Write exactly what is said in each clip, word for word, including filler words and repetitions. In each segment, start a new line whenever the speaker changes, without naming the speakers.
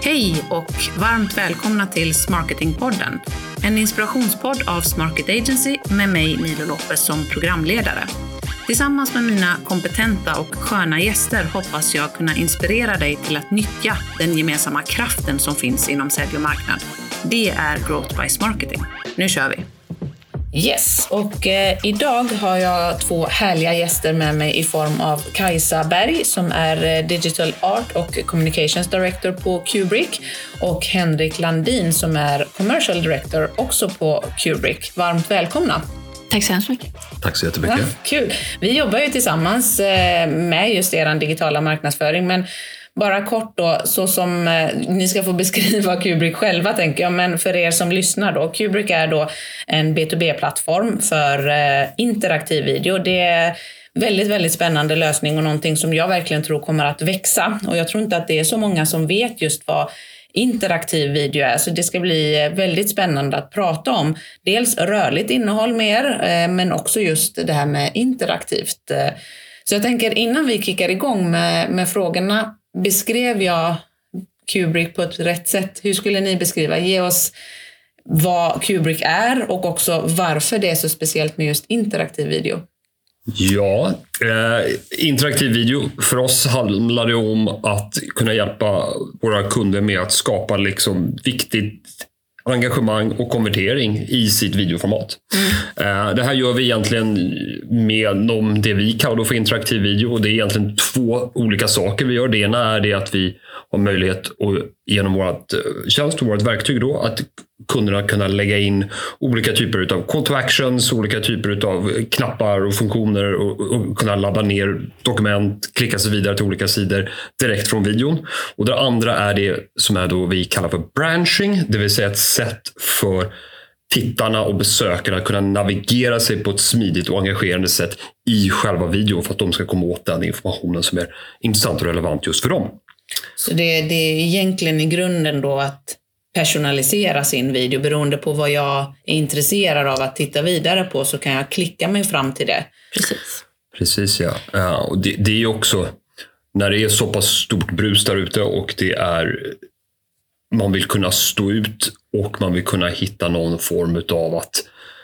Hej och varmt välkomna till Smarketingpodden. En inspirationspodd av Smarket Agency med mig Milo Lopez som programledare. Tillsammans med mina kompetenta och sköna gäster hoppas jag kunna inspirera dig till att nyttja den gemensamma kraften som finns inom sälj och marknad. Det är Growth by Smarketing. Nu kör vi! Yes, och eh, idag har jag två härliga gäster med mig i form av Kajsa Berg som är eh, Digital Art och Communications Director på Kubrick och Henrik Landin som är Commercial Director också på Kubrick. Varmt välkomna!
Tack så hemskt mycket.
Tack så jättemycket.
Ja, kul! Vi jobbar ju tillsammans eh, med just er digitala marknadsföring, men bara kort då, så som eh, ni ska få beskriva Kubrick själva tänker jag, men för er som lyssnar då. Kubrick är då en B to B-plattform för eh, interaktiv video. Det är väldigt, väldigt spännande lösning och någonting som jag verkligen tror kommer att växa. Och jag tror inte att det är så många som vet just vad interaktiv video är. Så det ska bli väldigt spännande att prata om. Dels rörligt innehåll mer, eh, men också just det här med interaktivt. Så jag tänker innan vi kickar igång med, med frågorna, beskrev jag Kubrick på ett rätt sätt? Hur skulle ni beskriva? Ge oss vad Kubrick är och också varför det är så speciellt med just interaktiv video.
Ja, eh, interaktiv video för oss handlar det om att kunna hjälpa våra kunder med att skapa liksom viktigt engagemang och konvertering i sitt videoformat. Mm. Eh, det här gör vi egentligen med det vi kallar för interaktiv video, och det är egentligen två olika saker vi gör. Det ena är det att vi har möjlighet att genom vårt tjänst och vårt verktyg då, att kunderna kunna lägga in olika typer av call to actions, olika typer av knappar och funktioner och, och kunna ladda ner dokument, klicka sig vidare till olika sidor direkt från videon. Och det andra är det som är då vi kallar för branching, det vill säga ett sätt för tittarna och besökarna att kunna navigera sig på ett smidigt och engagerande sätt i själva videon för att de ska komma åt den informationen som är intressant och relevant just för dem.
Så det, det är egentligen i grunden då att personalisera sin video beroende på vad jag är intresserad av att titta vidare på, så kan jag klicka mig fram till det.
Precis.
Precis, ja. ja och det, det är också när det är så pass stort brus där ute och det är man vill kunna stå ut och man vill kunna hitta någon form av att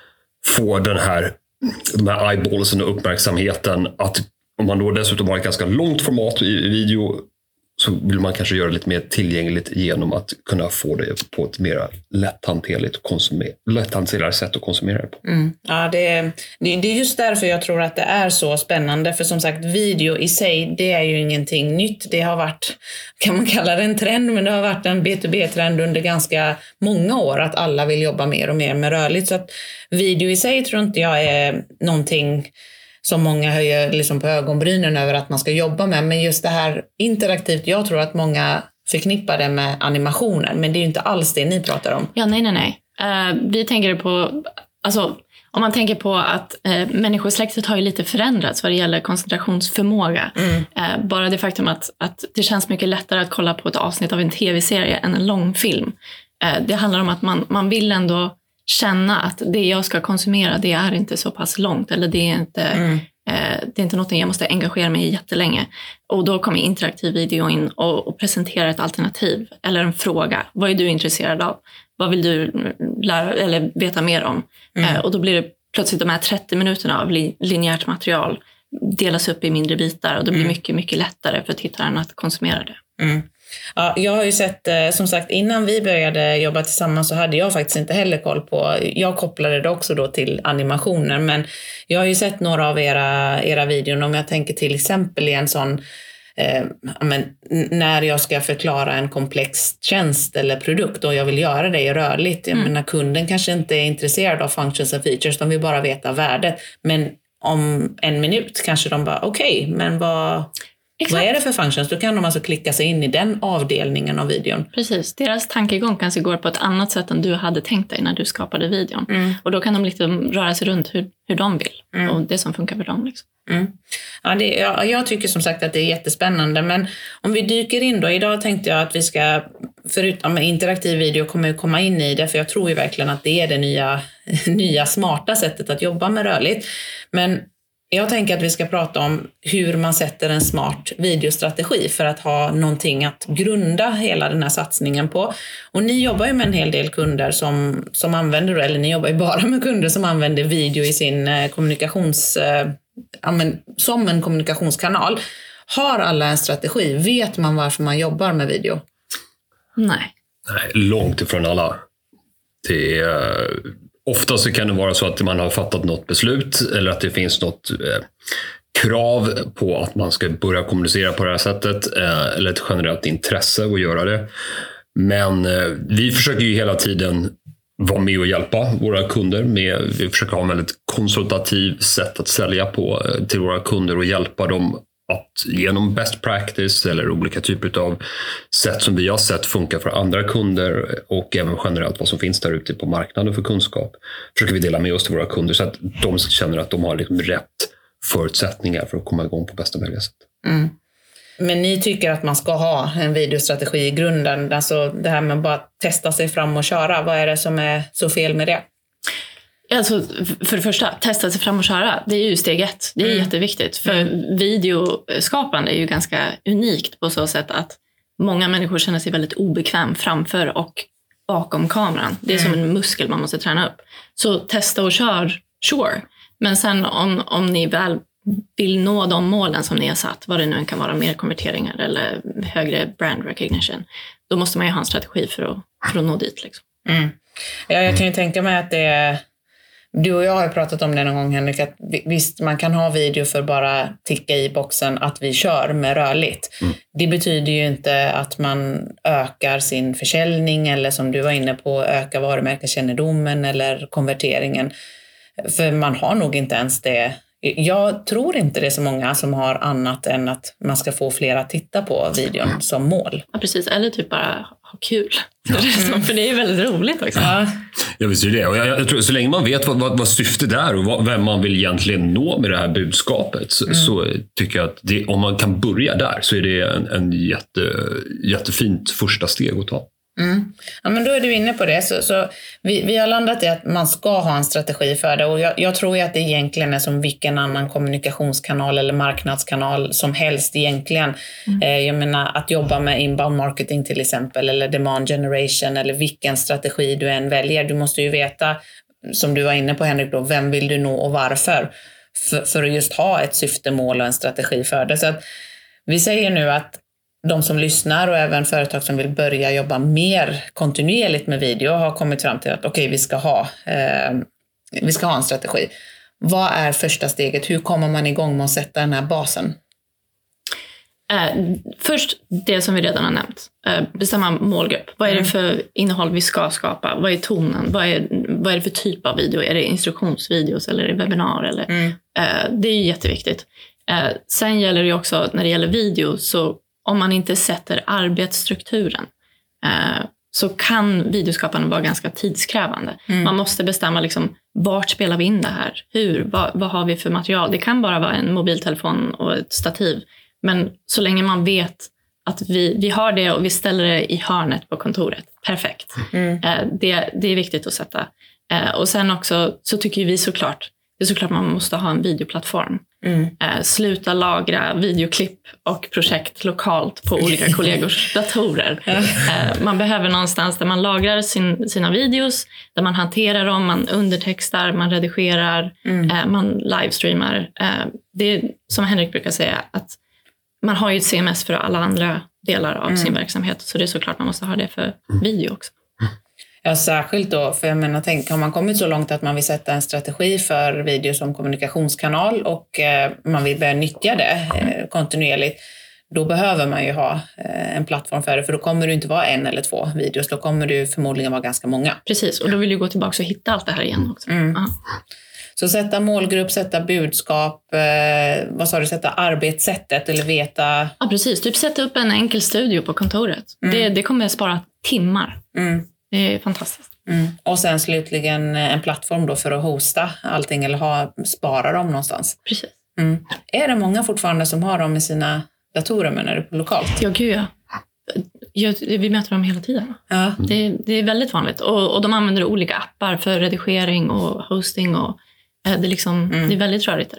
få den här de här eyeballsen och uppmärksamheten, att om man då dessutom har ett ganska långt format i video så vill man kanske göra det lite mer tillgängligt genom att kunna få det på ett mer lätthanterligt och konsumer- lätthanterligt sätt att konsumera det på.
Mm. Ja, det, det, det är just därför jag tror att det är så spännande. För som sagt, video i sig, det är ju ingenting nytt. Det har varit, kan man kalla det en trend, men det har varit en B to B-trend under ganska många år att alla vill jobba mer och mer med rörligt. Så att video i sig tror inte jag är någonting som många höjer liksom på ögonbrynen över att man ska jobba med. Men just det här interaktivt, jag tror att många förknippar det med animationer. Men det är ju inte alls det ni pratar om.
Ja, nej, nej, nej. Uh, vi tänker på, alltså om man tänker på att uh, människosläktet har ju lite förändrats vad det gäller koncentrationsförmåga. Mm. Uh, bara det faktum att, att det känns mycket lättare att kolla på ett avsnitt av en tv-serie än en långfilm. Uh, det handlar om att man, man vill ändå känna att det jag ska konsumera, det är inte så pass långt. Eller det är inte, mm. eh, det är inte något jag måste engagera mig i jättelänge. Och då kommer interaktiv video in och, och presenterar ett alternativ. Eller en fråga. Vad är du intresserad av? Vad vill du lära eller veta mer om? Mm. Eh, och då blir det plötsligt de här trettio minuterna av li, linjärt material delas upp i mindre bitar. Och det blir mm. mycket, mycket lättare för tittaren att konsumera det.
Mm. Ja, jag har ju sett, som sagt, innan vi började jobba tillsammans så hade jag faktiskt inte heller koll på, jag kopplade det också då till animationer, men jag har ju sett några av era, era videor, om jag tänker till exempel i en sån, eh, men, när jag ska förklara en komplex tjänst eller produkt och jag vill göra det i rörligt, jag mm. menar kunden kanske inte är intresserad av functions och features, de vill bara veta värdet, men om en minut kanske de bara, okej, okay, men vad... Exakt. Vad är det för functions? Då kan de alltså klicka sig in i den avdelningen av videon.
Precis, deras tankegång kanske går på ett annat sätt än du hade tänkt dig när du skapade videon. Mm. Och då kan de liksom röra sig runt hur, hur de vill. Mm. Och det som funkar för dem. Liksom.
Mm. Ja, det, ja, jag tycker som sagt att det är jättespännande. Men om vi dyker in då. Idag tänkte jag att vi ska, förutom interaktiv video, kommer ju komma in i det. För jag tror ju verkligen att det är det nya, nya smarta sättet att jobba med rörligt. Men Jag tänker att vi ska prata om hur man sätter en smart videostrategi för att ha någonting att grunda hela den här satsningen på. Och ni jobbar ju med en hel del kunder som, som använder, eller ni jobbar ju bara med kunder som använder video i sin kommunikations, ja, men, som en kommunikationskanal. Har alla en strategi? Vet man varför man jobbar med video?
Nej.
Nej, långt ifrån alla. Det är... Ofta så kan det vara så att man har fattat något beslut eller att det finns något eh, krav på att man ska börja kommunicera på det här sättet eh, eller ett generellt intresse att göra det. Men eh, vi försöker ju hela tiden vara med och hjälpa våra kunder. Med, vi försöker ha en väldigt konsultativ sätt att sälja på eh, till våra kunder och hjälpa dem att genom best practice eller olika typer av sätt som vi har sett funkar för andra kunder och även generellt vad som finns där ute på marknaden för kunskap försöker vi dela med oss till våra kunder så att de känner att de har liksom rätt förutsättningar för att komma igång på bästa möjliga sätt.
Mm. Men ni tycker att man ska ha en videostrategi i grunden, alltså det här med bara testa sig fram och köra, vad är det som är så fel med det?
Alltså, för det första, testa sig fram och köra. Det är ju steg ett. Det är mm. jätteviktigt. För mm. videoskapande är ju ganska unikt på så sätt att många människor känner sig väldigt obekväm framför och bakom kameran. Det är mm. som en muskel man måste träna upp. Så testa och kör, sure. Men sen om, om ni väl vill nå de målen som ni har satt, vad det nu kan vara, mer konverteringar eller högre brand recognition, då måste man ju ha en strategi för att, för att nå dit. Liksom.
Mm. Ja, jag kan ju tänka mig att det är... Du och jag har ju pratat om det någon gång, Henrik, att visst, man kan ha video för bara ticka i boxen att vi kör med rörligt. Mm. Det betyder ju inte att man ökar sin försäljning eller som du var inne på, öka varumärkeskännedomen eller konverteringen. För man har nog inte ens det. Jag tror inte det är så många som har annat än att man ska få fler att titta på videon som mål.
Ja, precis. Eller typ bara ha kul. Mm. För det är ju väldigt roligt också.
Ja,
ja visst är det. Och jag, jag tror, så länge man vet vad, vad, vad syftet är och vad, vem man vill egentligen nå med det här budskapet så, mm. så tycker jag att det, om man kan börja där så är det en, en jätte, jättefint första steg att ta.
Mm. Ja, men då är du inne på det. Så, så vi, vi har landat i att man ska ha en strategi för det. Och jag, jag tror ju att det egentligen är som vilken annan kommunikationskanal eller marknadskanal som helst egentligen. Mm. Eh, jag menar att jobba med inbound marketing till exempel eller demand generation eller vilken strategi du än väljer. Du måste ju veta, som du var inne på Henrik då, vem vill du nå och varför? För, för att just ha ett syftemål och en strategi för det. Så att vi säger nu att de som lyssnar och även företag som vill börja jobba mer kontinuerligt med video har kommit fram till att okej, okay, vi ska ha eh, vi ska ha en strategi. Vad är första steget? Hur kommer man igång med att sätta den här basen?
Eh, först det som vi redan har nämnt. Eh, bestämma målgrupp. Vad är det för innehåll vi ska skapa? Vad är tonen? Vad är, vad är det för typ av video? Är det instruktionsvideos eller är det webbinar? Eller? Mm. Eh, det är jätteviktigt. Eh, sen gäller det också när det gäller video så om man inte sätter arbetsstrukturen eh, så kan videoskapande vara ganska tidskrävande. Mm. Man måste bestämma liksom, vart spelar vi in det här? Hur? Vad, vad har vi för material? Det kan bara vara en mobiltelefon och ett stativ. Men så länge man vet att vi, vi har det och vi ställer det i hörnet på kontoret. Perfekt. Mm. Eh, det, det är viktigt att sätta. Eh, och sen också så tycker vi såklart det är såklart man måste ha en videoplattform. Mm. Eh, sluta lagra videoklipp och projekt lokalt på olika kollegors datorer. Eh, man behöver någonstans där man lagrar sin, sina videos, där man hanterar dem, man undertextar, man redigerar, mm. eh, man livestreamar. Eh, det är som Henrik brukar säga, att man har ju ett C M S för alla andra delar av mm. sin verksamhet. Så det är såklart man måste ha det för video också.
Ja, särskilt då, för jag menar, tänk, har man kommit så långt att man vill sätta en strategi för video som kommunikationskanal och eh, man vill börja nyttja det eh, kontinuerligt, då behöver man ju ha eh, en plattform för det, för då kommer det inte vara en eller två videos, då kommer det förmodligen vara ganska många.
Precis, och då vill du gå tillbaka och hitta allt det här igen också. Mm.
Så sätta målgrupp, sätta budskap, eh, vad sa du, sätta arbetssättet eller veta...
Ja, precis, typ sätta upp en enkel studio på kontoret. Mm. Det, det kommer att spara timmar. Mm. Det är fantastiskt.
Mm. Och sen slutligen en plattform då för att hosta allting eller ha, spara dem någonstans.
Precis.
Mm. Är det många fortfarande som har dem i sina datorer, men är det lokalt?
Ja, gud ja. Jag, vi möter dem hela tiden.
Ja.
Det, det är väldigt vanligt. Och, och de använder olika appar för redigering och hosting. Och, eh, det, är liksom, mm. det är väldigt rörigt där ute.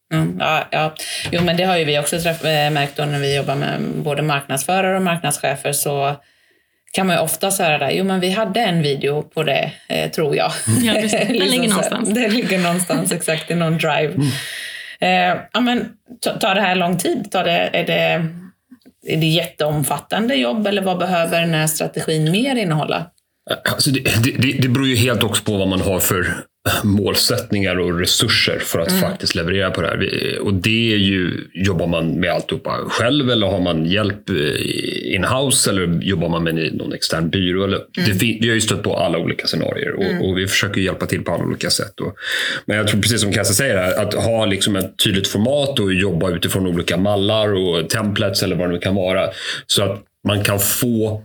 Mm, ja, ja. Jo, men det har ju vi också träff- märkt då när vi jobbar med både marknadsförare och marknadschefer, så kan man ju ofta säga där, jo men vi hade en video på det, eh, tror jag.
Ja, precis. Den
liksom
ligger någonstans.
Det ligger någonstans, exakt, i någon drive. Mm. Eh, ja, men tar det här lång tid? Tar det, är, det, är det jätteomfattande jobb, eller vad behöver den här strategin mer innehålla?
Alltså det, det, det beror ju helt också på vad man har för målsättningar och resurser för att mm. faktiskt leverera på det här. Och det är ju, jobbar man med alltihopa själv, eller har man hjälp in-house, eller jobbar man med någon extern byrå? Eller, mm. det, vi har ju stött på alla olika scenarier och, mm. och vi försöker hjälpa till på alla olika sätt. Och, men jag tror precis som Kassa säger här, att ha liksom ett tydligt format och jobba utifrån olika mallar och templates eller vad det kan vara, så att man kan få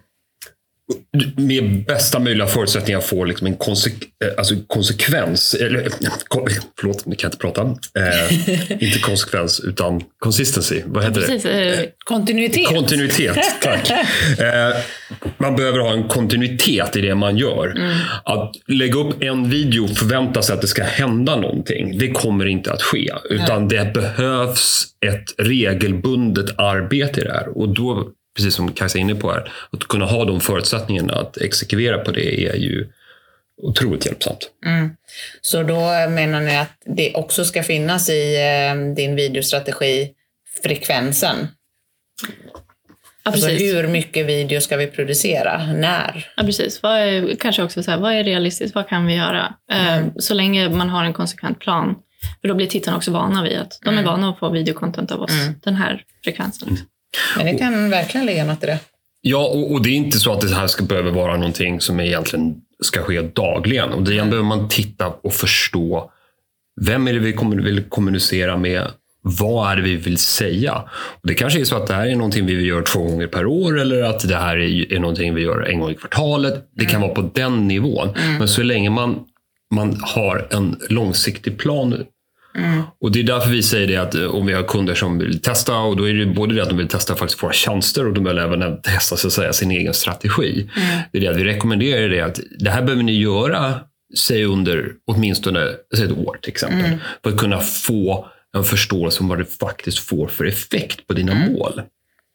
med bästa möjliga förutsättningar få liksom en konsek- alltså konsekvens, eller förlåt, nu kan jag inte prata eh, inte konsekvens utan consistency, vad heter
Precis,
det?
Eh,
kontinuitet.
Kontinuitet, tack. eh, man behöver ha en kontinuitet i det man gör. Mm. Att lägga upp en video och förvänta sig att det ska hända någonting, det kommer inte att ske, utan Nej. det behövs ett regelbundet arbete i det här, och då, precis som Kajsa är inne på här, att kunna ha de förutsättningarna att exekvera på det är ju otroligt hjälpsamt.
Mm. Så då menar ni att det också ska finnas i eh, din videostrategi frekvensen? Ja, alltså hur mycket video ska vi producera? När?
Ja, precis. Vad är, kanske också så här, vad är realistiskt? Vad kan vi göra? Mm. Eh, så länge man har en konsekvent plan. För då blir tittarna också vana vid att de är mm. vana att få videokontent av oss. Mm. Den här frekvensen. Liksom.
Men det kan verkligen ligga något i det.
Ja, och, och det är inte så att det här ska behöva vara någonting som egentligen ska ske dagligen. Och det mm. behöver man titta och förstå. Vem är det vi vill kommunicera med? Vad är det vi vill säga? Och det kanske är så att det här är någonting vi gör två gånger per år, eller att det här är, är någonting vi gör en gång i kvartalet. Det kan mm. vara på den nivån. Mm. Men så länge man, man har en långsiktig plan. Mm. Och det är därför vi säger det, att om vi har kunder som vill testa, och då är det både det att de vill testa faktiskt våra tjänster, och de vill även testa så att säga sin egen strategi. Mm. Det är det att vi rekommenderar det, att det här behöver ni göra, säg under åtminstone säg ett år till exempel, mm. för att kunna få en förståelse om vad det faktiskt får för effekt på dina mm. mål.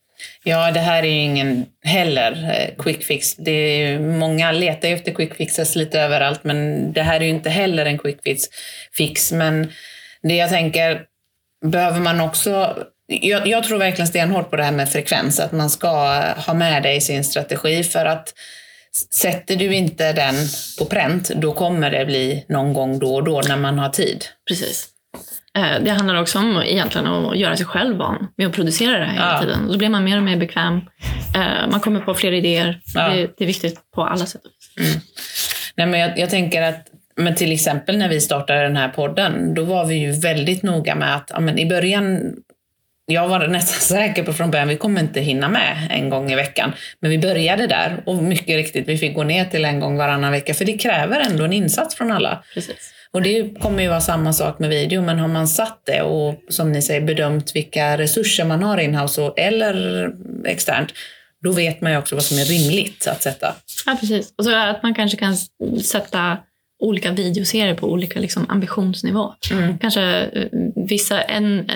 Ja, det här är ju ingen heller quick fix. Det är ju, många letar efter quick fixes lite överallt, men det här är ju inte heller en quick fix. fix. Men det jag tänker, behöver man också... Jag, jag tror verkligen stenhårt på det här med frekvens, att man ska ha med det i sin strategi, för att sätter du inte den på pränt, då kommer det bli någon gång då och då när man har tid.
Precis. Det handlar också om egentligen att göra sig själv van med att producera det här hela ja. tiden. Då blir man mer och mer bekväm. Man kommer på fler idéer. Ja. Det, det är viktigt på alla sätt och vis. Mm.
Nej, men jag, jag tänker att, men till exempel när vi startade den här podden, då var vi ju väldigt noga med att ja, men i början, jag var nästan säker på från början, vi kommer inte hinna med en gång i veckan. Men vi började där, och mycket riktigt, vi fick gå ner till en gång varannan vecka, för det kräver ändå en insats från alla.
Precis.
Och det kommer ju vara samma sak med video, men har man satt det och som ni säger bedömt vilka resurser man har inhouse eller externt, då vet man ju också vad som är rimligt att sätta.
Ja, precis. Och så att man kanske kan sätta olika videoserier på olika liksom, ambitionsnivå. Mm. Kanske vissa, en,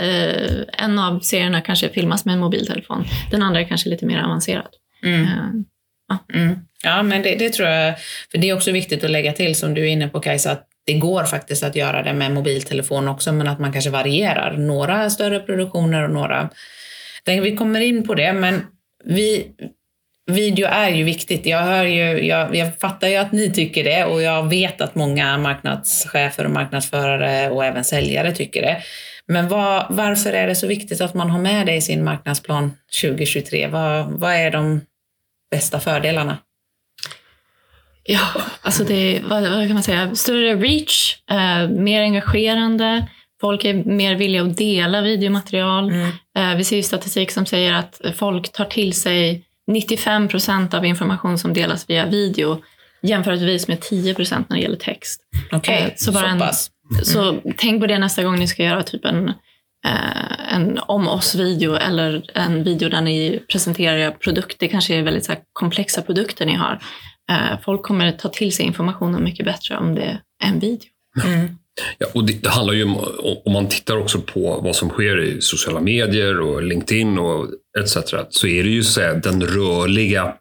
en av serierna kanske filmas med en mobiltelefon. Den andra är kanske lite mer avancerad.
Mm. Ja. Mm. Ja, men det, det tror jag, för det är också viktigt att lägga till, som du är inne på Kajsa, att det går faktiskt att göra det med mobiltelefon också, men att man kanske varierar. Några större produktioner och några... Vi kommer in på det, men vi, video är ju viktigt. Jag, hör ju, jag, jag fattar ju att ni tycker det, och jag vet att många marknadschefer och marknadsförare och även säljare tycker det. Men vad, varför är det så viktigt att man har med det i sin marknadsplan tjugo tjugotre? Vad, vad är de bästa fördelarna?
Ja, alltså det är, vad, vad kan man säga, större reach, eh, mer engagerande, folk är mer villiga att dela videomaterial. Mm. Eh, vi ser ju statistik som säger att folk tar till sig nittiofem procent av information som delas via video, jämförelsevis med tio procent när det gäller text.
Okej, okay, eh, så, så pass.
Mm. Så tänk på det nästa gång ni ska göra typ en, eh, en om oss-video, eller en video där ni presenterar era produkter. Det kanske är väldigt så här, komplexa produkter ni har. Folk kommer ta till sig informationen mycket bättre om det är en video.
Mm.
Ja, och det, det handlar ju om, om man tittar också på vad som sker i sociala medier och LinkedIn och et cetera, så är det ju så att den rörliga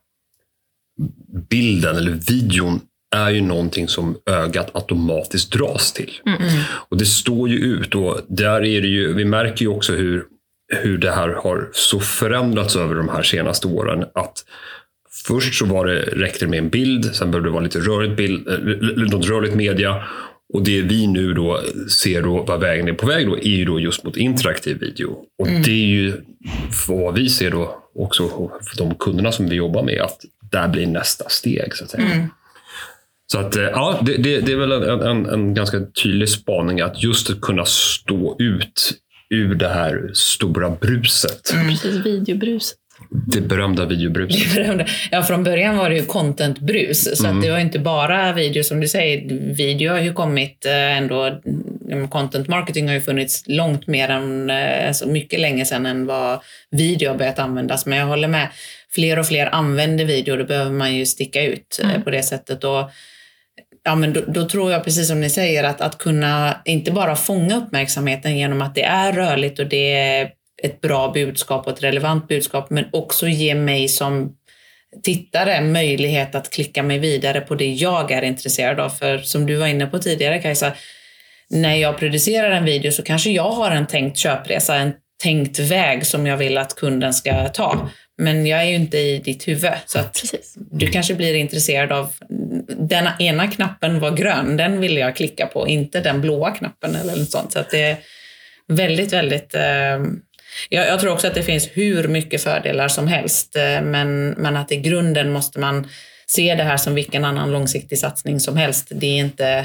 bilden eller videon är ju någonting som ögat automatiskt dras till. Mm. Och det står ju ut, och där är det ju, vi märker ju också hur, hur det här har så förändrats över de här senaste åren, att först så var det, räckte det med en bild, sen började det vara lite rörligt, bild, något rörligt media, och det vi nu då ser då vad vägen är på väg då är ju då just mot interaktiv video. Och mm. det är ju vad vi ser då också för de kunderna som vi jobbar med, att där blir nästa steg så att säga. Mm. Så att ja, det, det, det är väl en, en, en ganska tydlig spaning att just att kunna stå ut ur det här stora bruset.
Mm. Precis, videobruset.
Det berömda videobruset.
Det berömda. Ja, från början var det ju contentbrus. Så mm. att det var inte bara video, som du säger. Video har ju kommit ändå. Content marketing har ju funnits långt mer än, alltså mycket länge sedan än vad video har börjat användas. Men jag håller med. Fler och fler använder video. Då behöver man ju sticka ut mm. på det sättet. Och ja, men då, då tror jag, precis som ni säger, att, att kunna inte bara fånga uppmärksamheten genom att det är rörligt och det är ett bra budskap och ett relevant budskap, men också ge mig som tittare möjlighet att klicka mig vidare på det jag är intresserad av. För som du var inne på tidigare, Kajsa, när jag producerar en video så kanske jag har en tänkt köpresa, en tänkt väg som jag vill att kunden ska ta. Men jag är ju inte i ditt huvud, så att du kanske blir intresserad av den ena knappen var grön, den vill jag klicka på, inte den blåa knappen eller något sånt. Så att det är väldigt, väldigt... Eh, jag, jag tror också att det finns hur mycket fördelar som helst, eh, men, men att i grunden måste man se det här som vilken annan långsiktig satsning som helst. Det är inte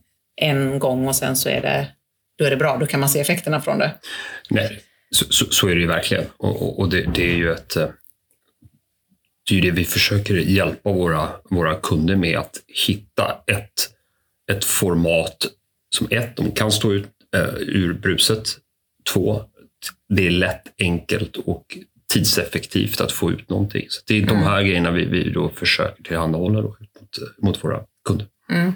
en gång och sen så är det, då är det bra, då kan man se effekterna från det.
Nej, så, så, så är det ju verkligen. Och, och, och det, det är ju ett... Det är ju det vi försöker hjälpa våra, våra kunder med, att hitta ett, ett format som ett, de kan stå ut uh, ur bruset. Två, det är lätt, enkelt och tidseffektivt att få ut någonting. Så det är mm. de här grejerna vi, vi då försöker tillhandahålla då mot, mot våra kunder.
Mm.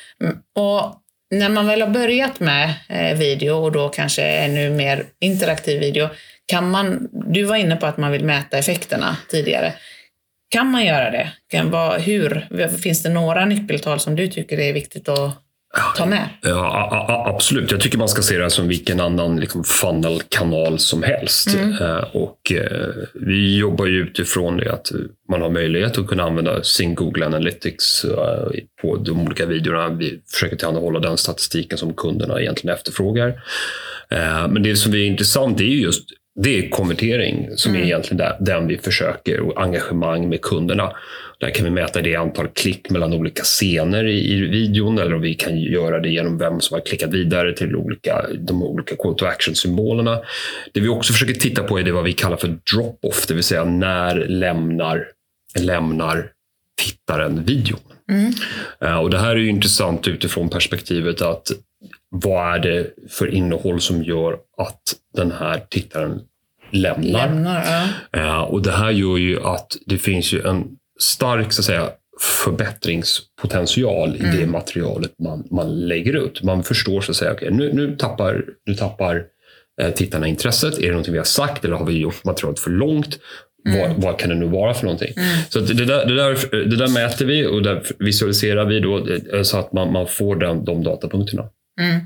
Och när man väl har börjat med eh, video och då kanske ännu mer interaktiv video, kan man, du var inne på att man vill mäta effekterna tidigare. Kan man göra det? Kan vara, hur? Finns det några nyckeltal som du tycker är viktigt att ta med?
Ja, absolut. Jag tycker man ska se det som vilken annan liksom funnel-kanal som helst. Mm. Och vi jobbar ju utifrån det att man har möjlighet att kunna använda sin Google Analytics på de olika videorna. Vi försöker tillhandahålla den statistiken som kunderna egentligen efterfrågar. Men det som är intressant är ju just det är konvertering som mm. är egentligen där, den vi försöker, och engagemang med kunderna. Där kan vi mäta det antal klick mellan olika scener i, i videon, eller om vi kan göra det genom vem som har klickat vidare till olika, de olika call to action-symbolerna. Det vi också försöker titta på är det vad vi kallar för drop-off, det vill säga när lämnar, lämnar tittaren videon. Mm. Uh, och det här är ju intressant utifrån perspektivet att vad är det för innehåll som gör att den här tittaren lämnar? lämnar ja. uh, och det här gör ju att det finns ju en stark, så att säga, förbättringspotential mm. i det materialet man, man lägger ut. Man förstår, så att säga, okay, nu, nu tappar, nu tappar eh, tittarna intresset. Är det någonting vi har sagt eller har vi gjort materialet för långt? Mm. Vad, vad kan det nu vara för någonting? Mm. Så det där, det, där, det där mäter vi och där visualiserar vi då, så att man, man får den, de datapunkterna.
Mm.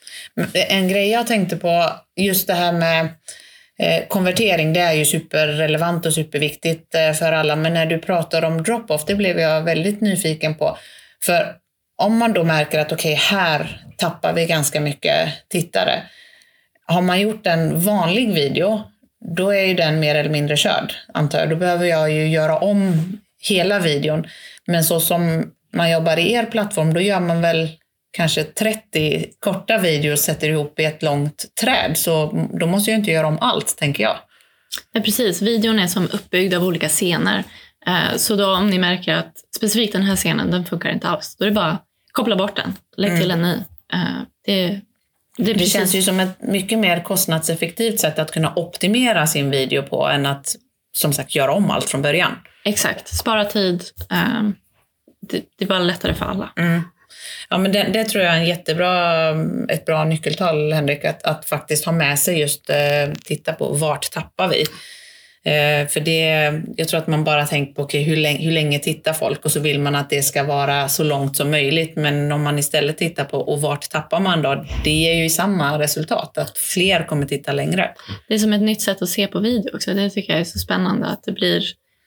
En grej jag tänkte på, just det här med eh, konvertering, det är ju superrelevant och superviktigt eh, för alla. Men när du pratar om drop-off, det blev jag väldigt nyfiken på. För om man då märker att okej, okay, här tappar vi ganska mycket tittare. Har man gjort en vanlig video, då är ju den mer eller mindre körd, antar jag. Då behöver jag ju göra om hela videon. Men så som man jobbar i er plattform, då gör man väl kanske trettio korta videos, sätter ihop i ett långt träd. Så då måste jag inte göra om allt, tänker jag.
Ja, precis. Videon är som uppbyggd av olika scener. Så då om ni märker att specifikt den här scenen, den funkar inte alls, då är det bara koppla bort den. Lägg mm. till en ny. Det, det,
det känns ju som ett mycket mer kostnadseffektivt sätt att kunna optimera sin video på än att, som sagt, göra om allt från början.
Exakt. Spara tid. Det, det är bara lättare för alla.
Mm. Ja, men det, det tror jag är en jättebra, ett bra nyckeltal, Henrik, att, att faktiskt ha med sig just eh, titta på vart tappar vi. Eh, för det, jag tror att man bara tänker på okay, hur, länge, hur länge tittar folk, och så vill man att det ska vara så långt som möjligt. Men om man istället tittar på och vart tappar man då, det ger ju samma resultat, att fler kommer titta längre.
Det är som ett nytt sätt att se på video också. Det tycker jag är så spännande, att det blir,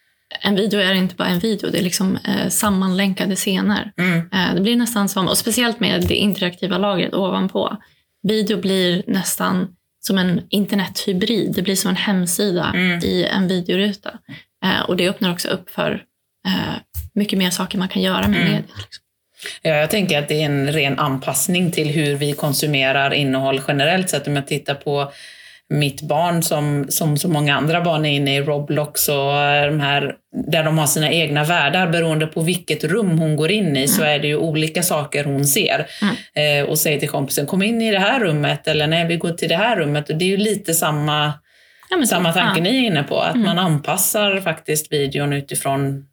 en video är inte bara en video, det är liksom eh, sammanlänkade scener. Mm. Eh, det blir nästan som, och speciellt med det interaktiva lagret ovanpå. Video blir nästan som en internethybrid. Det blir som en hemsida mm. i en videoruta. Eh, och det öppnar också upp för eh, mycket mer saker man kan göra med mm. mediet. Liksom.
Ja, jag tänker att det är en ren anpassning till hur vi konsumerar innehåll generellt. Så att om jag tittar på mitt barn som, som så många andra barn är inne i Roblox och de här, där de har sina egna världar, beroende på vilket rum hon går in i mm. så är det ju olika saker hon ser. Mm. Eh, och säger till kompisen, kom in i det här rummet, eller nej, vi går till det här rummet. Och det är ju lite samma, ja, men samma tanke ja. ni är inne på, att mm. man anpassar faktiskt videon utifrån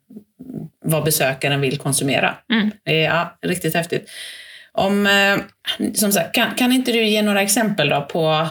vad besökaren vill konsumera. Mm. Det är ja, riktigt häftigt. Om, eh, som sagt, kan, kan inte du ge några exempel då på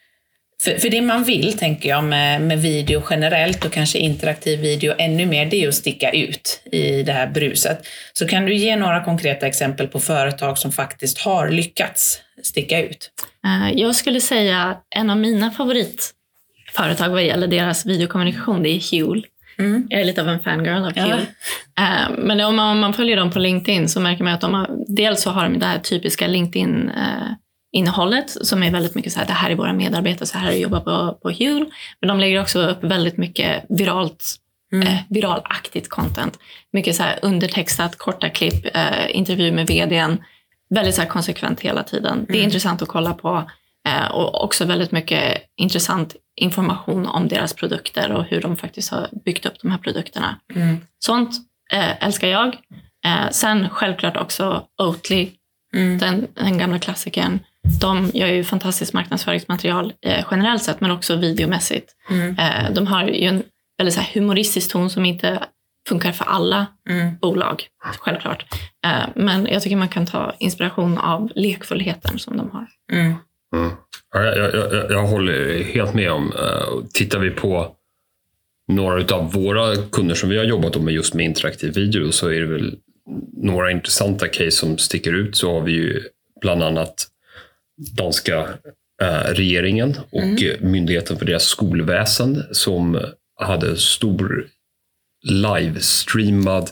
För, för det man vill, tänker jag, med, med video generellt och kanske interaktiv video ännu mer, det är att sticka ut i det här bruset. Så kan du ge några konkreta exempel på företag som faktiskt har lyckats sticka ut?
Jag skulle säga en av mina favoritföretag vad gäller deras videokommunikation, det är Huel. Mm. Jag är lite av en fangirl av Huel. Ja. Men om man, om man följer dem på LinkedIn så märker man att de har, dels så har de det här typiska LinkedIn innehållet som är väldigt mycket så här, det här är våra medarbetare, så här jobbar på, på Huel. Men de lägger också upp väldigt mycket viralt, mm. eh, viralaktigt content. Mycket så här undertextat, korta klipp, eh, intervju med vdn. Väldigt så här konsekvent hela tiden. Mm. Det är intressant att kolla på. Eh, och också väldigt mycket intressant information om deras produkter och hur de faktiskt har byggt upp de här produkterna. Mm. Sånt eh, älskar jag. Eh, sen självklart också Oatly, mm. den, den gamla klassikern. De gör ju fantastiskt marknadsföringsmaterial eh, generellt sett, men också videomässigt. Mm. Eh, de har ju en väldigt så här humoristisk ton som inte funkar för alla mm. bolag, självklart. Eh, men jag tycker man kan ta inspiration av lekfullheten som de har.
Mm. Mm. Ja, jag, jag, jag håller helt med om. Uh, tittar vi på några av våra kunder som vi har jobbat med just med interaktiv video, så är det väl några intressanta case som sticker ut. Så har vi ju bland annat danska uh, regeringen och mm. myndigheten för deras skolväsen som hade stor livestreamad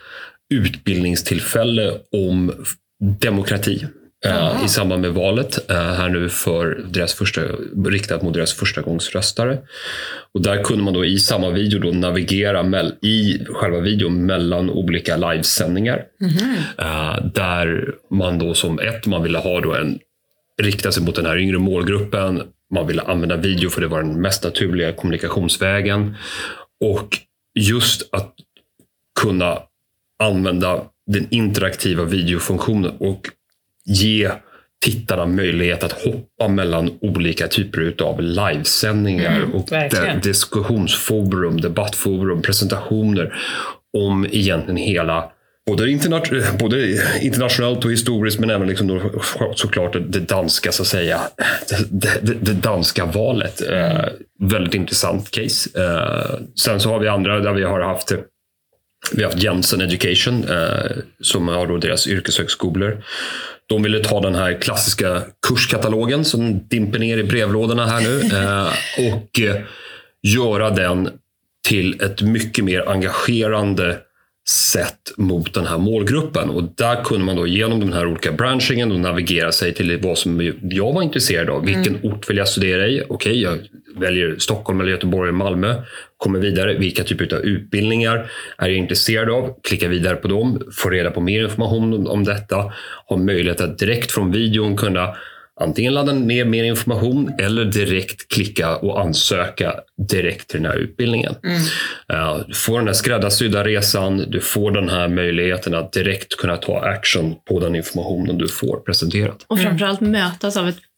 utbildningstillfälle om demokrati. Uh, i samband med valet uh, här nu för deras första, riktat mot deras första gångsröstare. Och där kunde man då i samma video då navigera mell- i själva videon mellan olika livesändningar. Mm-hmm. Uh, där man då som ett, man ville ha då en, rikta sig mot den här yngre målgruppen. Man ville använda video för det var den mest naturliga kommunikationsvägen. Och just att kunna använda den interaktiva videofunktionen och ge tittarna möjlighet att hoppa mellan olika typer av livesändningar mm, och de- diskussionsforum, debattforum, presentationer om egentligen hela både, interna- både internationellt och historiskt, men även liksom då, såklart det danska, så att säga, det, det, det danska valet. Mm. Eh, väldigt intressant case. Eh, sen så har vi andra där vi har haft vi har haft Jensen Education eh, som har då deras yrkeshögskolor. De ville ta den här klassiska kurskatalogen som dimper ner i brevlådorna här nu eh, och eh, göra den till ett mycket mer engagerande sätt mot den här målgruppen. Och där kunde man då genom den här olika branchingen och navigera sig till vad som jag var intresserad av. Vilken mm. ort vill jag studera i? Okej, jag väljer Stockholm eller Göteborg eller Malmö. Kommer vidare. Vilka typer av utbildningar är jag intresserad av? Klicka vidare på dem. Få reda på mer information om detta. Ha möjlighet att direkt från videon kunna antingen ladda ner mer information eller direkt klicka och ansöka direkt till den här utbildningen. Mm. Uh, du får den här skräddarsydda resan, du får den här möjligheten att direkt kunna ta action på den informationen du får presenterat.
Och framförallt mötas av ett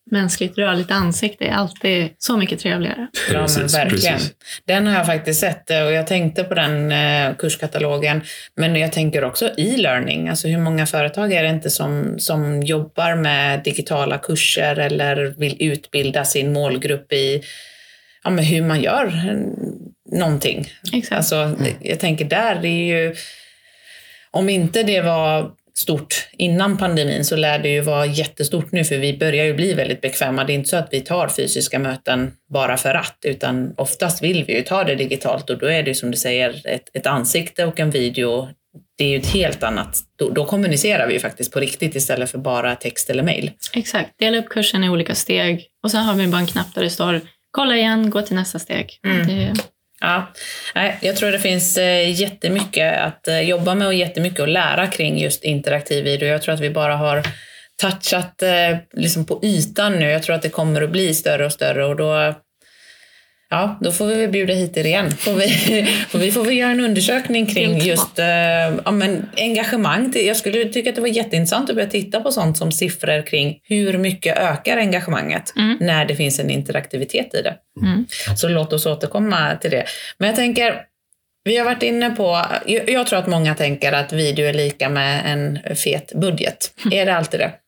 mänskligt rörligt ansikte är alltid så mycket trevligare.
Ja,
Precis,
men verkligen.
precis.
Den har jag faktiskt sett och jag tänkte på den eh, kurskatalogen. Men jag tänker också e-learning. Alltså hur många företag är det inte som, som jobbar med digitala kurser eller vill utbilda sin målgrupp i ja, men hur man gör någonting.
Exakt.
Alltså, jag tänker där, det är ju... Om inte det var stort innan pandemin så lär det ju vara jättestort nu, för vi börjar ju bli väldigt bekväma. Det är inte så att vi tar fysiska möten bara för att, utan oftast vill vi ju ta det digitalt och då är det ju som du säger ett, ett ansikte och en video. Det är ju ett helt annat, då, då kommunicerar vi ju faktiskt på riktigt istället för bara text eller mejl.
Exakt, dela upp kursen i olika steg och sen har vi bara en knapp där det står kolla igen, gå till nästa steg.
Mm.
Det...
Ja, jag tror det finns jättemycket att jobba med och jättemycket att lära kring just interaktiv video. Jag tror att vi bara har touchat liksom på ytan nu. Jag tror att det kommer att bli större och större och då, ja, då får vi bjuda hit er igen. Får vi, får vi får vi göra en undersökning kring just ja, men engagemang. Jag skulle tycka att det var jätteintressant att börja titta på sånt som siffror kring hur mycket ökar engagemanget mm. när det finns en interaktivitet i det. Mm. Så låt oss återkomma till det. Men jag tänker, vi har varit inne på, jag, jag tror att många tänker att video är lika med en fet budget. Mm. Är det alltid det?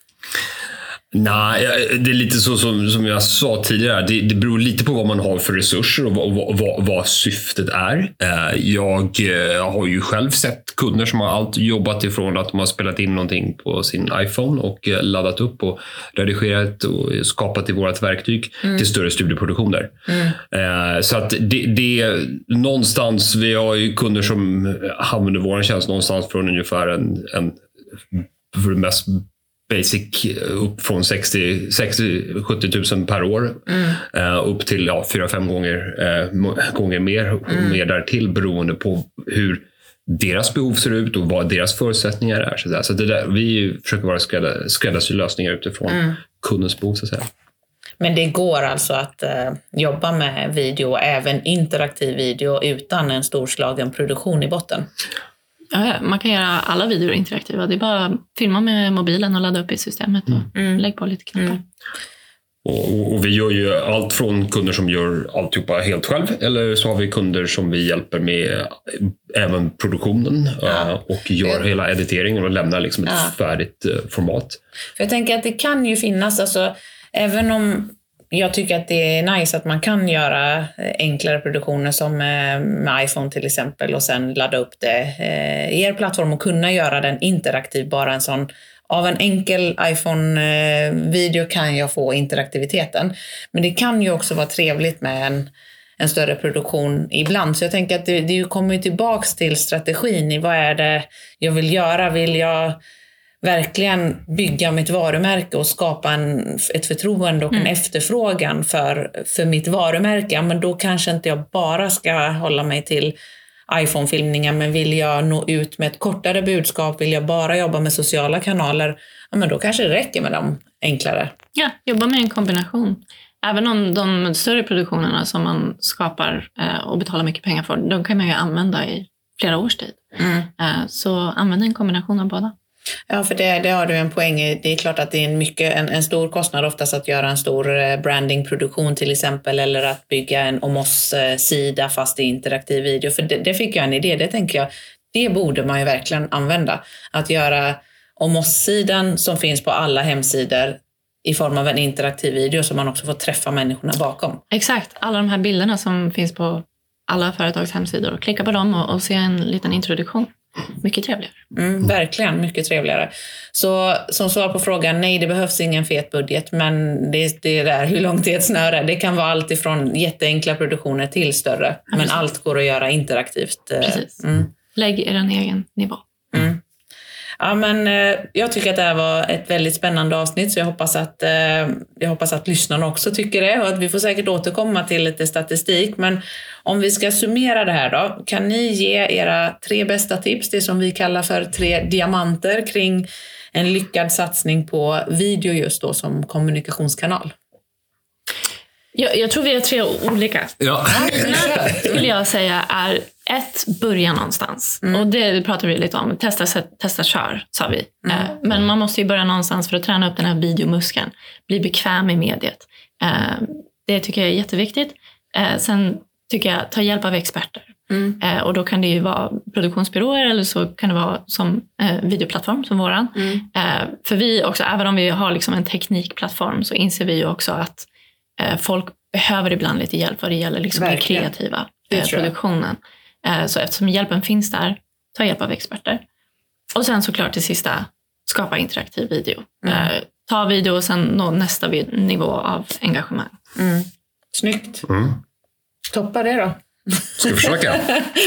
Nej, det är lite så som, som jag sa tidigare. Det, det beror lite på vad man har för resurser och vad, vad, vad syftet är. Jag har ju själv sett kunder som har allt jobbat ifrån att de har spelat in någonting på sin iPhone och laddat upp och redigerat och skapat i vårt verktyg mm. till större studioproduktioner. Mm. Så att det, det någonstans, vi har ju kunder som använder vår tjänst någonstans från ungefär en, en för det mest basic upp från sextio till sjuttio tusen per år mm. uh, upp till ja, fyra fem gånger, uh, gånger mer och mm. mer därtill beroende på hur deras behov ser ut och vad deras förutsättningar är. Så, där. Så det där, vi försöker vara skrädda, skräddarsy lösningar utifrån mm. kundens behov. Så att säga.
Men det går alltså att uh, jobba med video, även interaktiv video utan en storslagen produktion i botten?
Ja, man kan göra alla videor interaktiva. Det är bara att filma med mobilen och ladda upp i systemet och mm. lägg på lite knappar. Mm.
Och, och vi gör ju allt från kunder som gör alltihopa helt själv, eller så har vi kunder som vi hjälper med även produktionen ja. och gör mm. hela editeringen och lämnar liksom ett ja. färdigt format.
För jag tänker att det kan ju finnas, alltså, även om jag tycker att det är nice att man kan göra enklare produktioner som med iPhone till exempel och sen ladda upp det i er plattform och kunna göra den interaktiv. Bara en sån, av en enkel iPhone-video kan jag få interaktiviteten. Men det kan ju också vara trevligt med en, en större produktion ibland. Så jag tänker att det, det kommer tillbaks till strategin i vad är det jag vill göra. Vill jag verkligen bygga mitt varumärke och skapa en, ett förtroende och en mm. efterfrågan för, för mitt varumärke, ja, men då kanske inte jag bara ska hålla mig till iPhone-filmningar, men vill jag nå ut med ett kortare budskap, vill jag bara jobba med sociala kanaler, ja, men då kanske det räcker med dem enklare. Ja,
jobba med en kombination. Även om de större produktionerna som man skapar eh, och betalar mycket pengar för, de kan man ju använda i flera års tid. Mm. Eh, så använd en kombination av båda.
Ja, för det, det har du en poäng i. Det är klart att det är en, mycket, en, en stor kostnad oftast att göra en stor brandingproduktion till exempel, eller att bygga en om oss-sida fast i interaktiv video. För det, det fick jag en idé, det tänker jag, det borde man ju verkligen använda. Att göra om oss-sidan som finns på alla hemsidor i form av en interaktiv video så man också får träffa människorna bakom.
Exakt, alla de här bilderna som finns på alla företags hemsidor. Klicka på dem och, och se en liten introduktion. Mycket trevligare.
Mm, verkligen, mycket trevligare. Så som svar på frågan, nej, det behövs ingen fet budget, men det, det är där hur långt är ett snöre. Det kan vara allt ifrån jätteenkla produktioner till större, ja, men allt går att göra interaktivt.
Precis. Mm. Lägg er en egen nivå. Mm.
Ja, men eh, jag tycker att det här var ett väldigt spännande avsnitt, så jag hoppas att, eh, jag hoppas att lyssnarna också tycker det, och att vi får säkert återkomma till lite statistik. Men om vi ska summera det här då, kan ni ge era tre bästa tips, det som vi kallar för tre diamanter kring en lyckad satsning på video just då som kommunikationskanal?
Jag, jag tror vi är tre olika.
Ja.
Skulle jag säga är ett, börja någonstans. Mm. Och det pratar vi lite om. Testa, testa kör, sa vi. Mm. Eh, men man måste ju börja någonstans för att träna upp den här videomuskeln. Bli bekväm i mediet. Eh, det tycker jag är jätteviktigt. Eh, sen tycker jag, ta hjälp av experter. Mm. Eh, och då kan det ju vara produktionsbyråer eller så kan det vara som eh, videoplattform som våran. Mm. Eh, för vi också, även om vi har liksom en teknikplattform så inser vi ju också att eh, folk behöver ibland lite hjälp vad det gäller liksom den kreativa eh, produktionen. Eh, så eftersom hjälpen finns där, ta hjälp av experter. Och sen såklart till sista, skapa interaktiv video. Mm. Eh, ta video och sen nå nästa nivå av engagemang.
Mm. Snyggt. Mm. Toppa det då.
Ska vi försöka?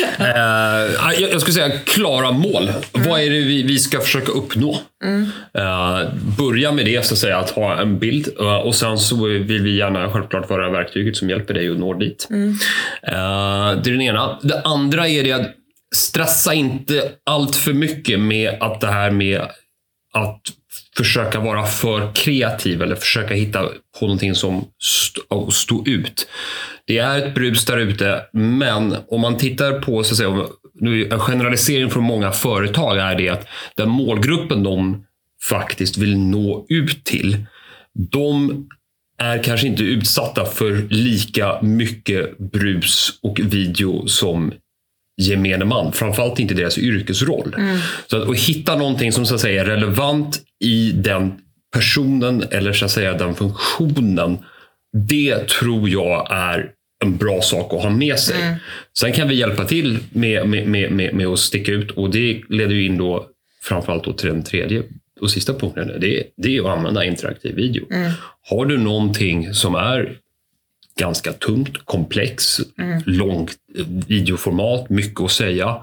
uh, jag, jag skulle säga klara mål. Mm. Vad är det vi, vi ska försöka uppnå? Mm. Uh, börja med det, så att säga, att ha en bild. Uh, och sen så vill vi gärna självklart vara verktyget som hjälper dig att nå dit. Mm. Uh, det är den ena. Det andra är det att stressa inte allt för mycket med att det här med att försöka vara för kreativ eller försöka hitta på någonting som st- står ut. Det är ett brus där ute, men om man tittar på, så att säga, nu en generalisering från många företag är det att den målgruppen de faktiskt vill nå ut till, de är kanske inte utsatta för lika mycket brus och video som gemene man, framförallt inte deras yrkesroll. Mm. Så att, att hitta någonting som så att säga är relevant i den personen eller så att säga den funktionen, det tror jag är en bra sak att ha med sig. Mm. Sen kan vi hjälpa till med, med, med, med, med att sticka ut, och det leder ju in då framförallt då till den tredje och sista punkten. Det, det är att använda interaktiv video. Mm. Har du någonting som är ganska tungt, komplex, mm. långt videoformat, mycket att säga,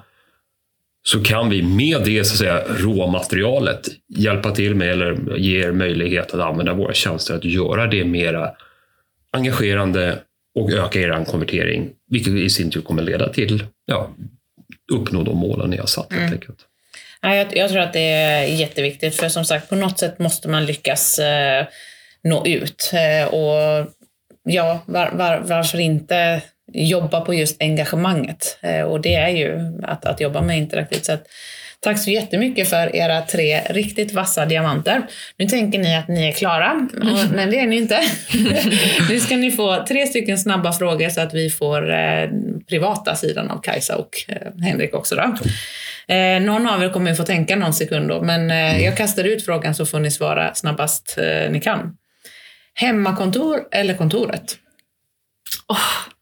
så kan vi med det, så att säga, råmaterialet hjälpa till med eller ge er möjlighet att använda våra tjänster att göra det mera engagerande och öka er konvertering, vilket i sin tur kommer leda till ja, uppnå de målen ni har satt. Mm. Helt enkelt.
Ja, jag, jag tror att det är jätteviktigt, för som sagt, på något sätt måste man lyckas eh, nå ut. Eh, och ja, var, var, varför inte jobba på just engagemanget? Eh, och det är ju att, att jobba med interaktivt. Så att, tack så jättemycket för era tre riktigt vassa diamanter. Nu tänker ni att ni är klara, men det är ni inte. Nu ska ni få tre stycken snabba frågor så att vi får eh, privata sidan av Kajsa och eh, Henrik också då. Eh, någon av er kommer ju få tänka någon sekund då, men eh, jag kastar ut frågan så får ni svara snabbast eh, ni kan. Hemmakontor eller kontoret?
Oh.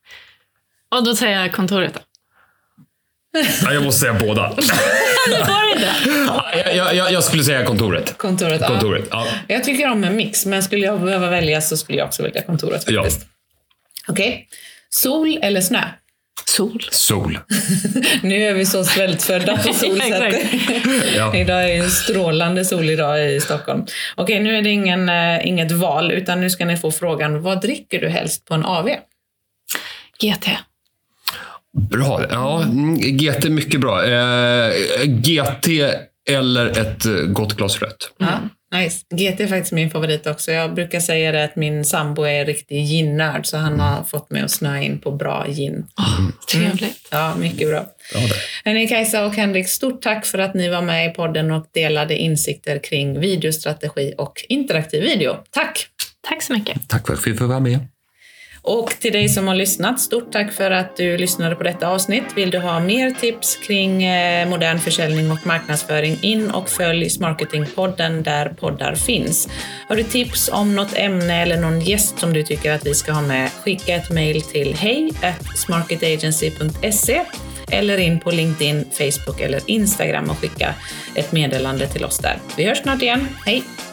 Och då säger jag kontoret då.
Ja, jag måste säga båda.
Var det det?
jag, jag, jag skulle säga kontoret.
Kontoret,
kontoret
ja.
ja.
Jag tycker om en mix, men skulle jag behöva välja så skulle jag också välja kontoret faktiskt. Ja. Okej. Okay. Sol eller snö?
Sol.
Sol.
Nu är vi så svältfödda på solsätt. Ja. Idag är det strålande sol idag i Stockholm. Okej, okay, nu är det ingen, uh, inget val, utan nu ska ni få frågan: vad dricker du helst på en A V?
G T.
Bra, ja, G T mycket bra. Eh, G T eller ett gott glas rött.
Mm. Ja, nice. G T är faktiskt min favorit också. Jag brukar säga det att min sambo är riktig gin-nörd, så han har fått mig att snöa in på bra gin.
Oh, trevligt. Mm.
Ja, mycket bra.
Ja,
Hörrni, Kajsa och Henrik, stort tack för att ni var med i podden och delade insikter kring videostrategi och interaktiv video. Tack!
Tack så mycket.
Tack för att vi får vara med.
Och till dig som har lyssnat, stort tack för att du lyssnade på detta avsnitt. Vill du ha mer tips kring eh, modern försäljning och marknadsföring, in och följ Smarketingpodden där poddar finns. Har du tips om något ämne eller någon gäst som du tycker att vi ska ha med, skicka ett mejl till hej at smarketagency punkt se eller in på LinkedIn, Facebook eller Instagram och skicka ett meddelande till oss där. Vi hörs snart igen. Hej!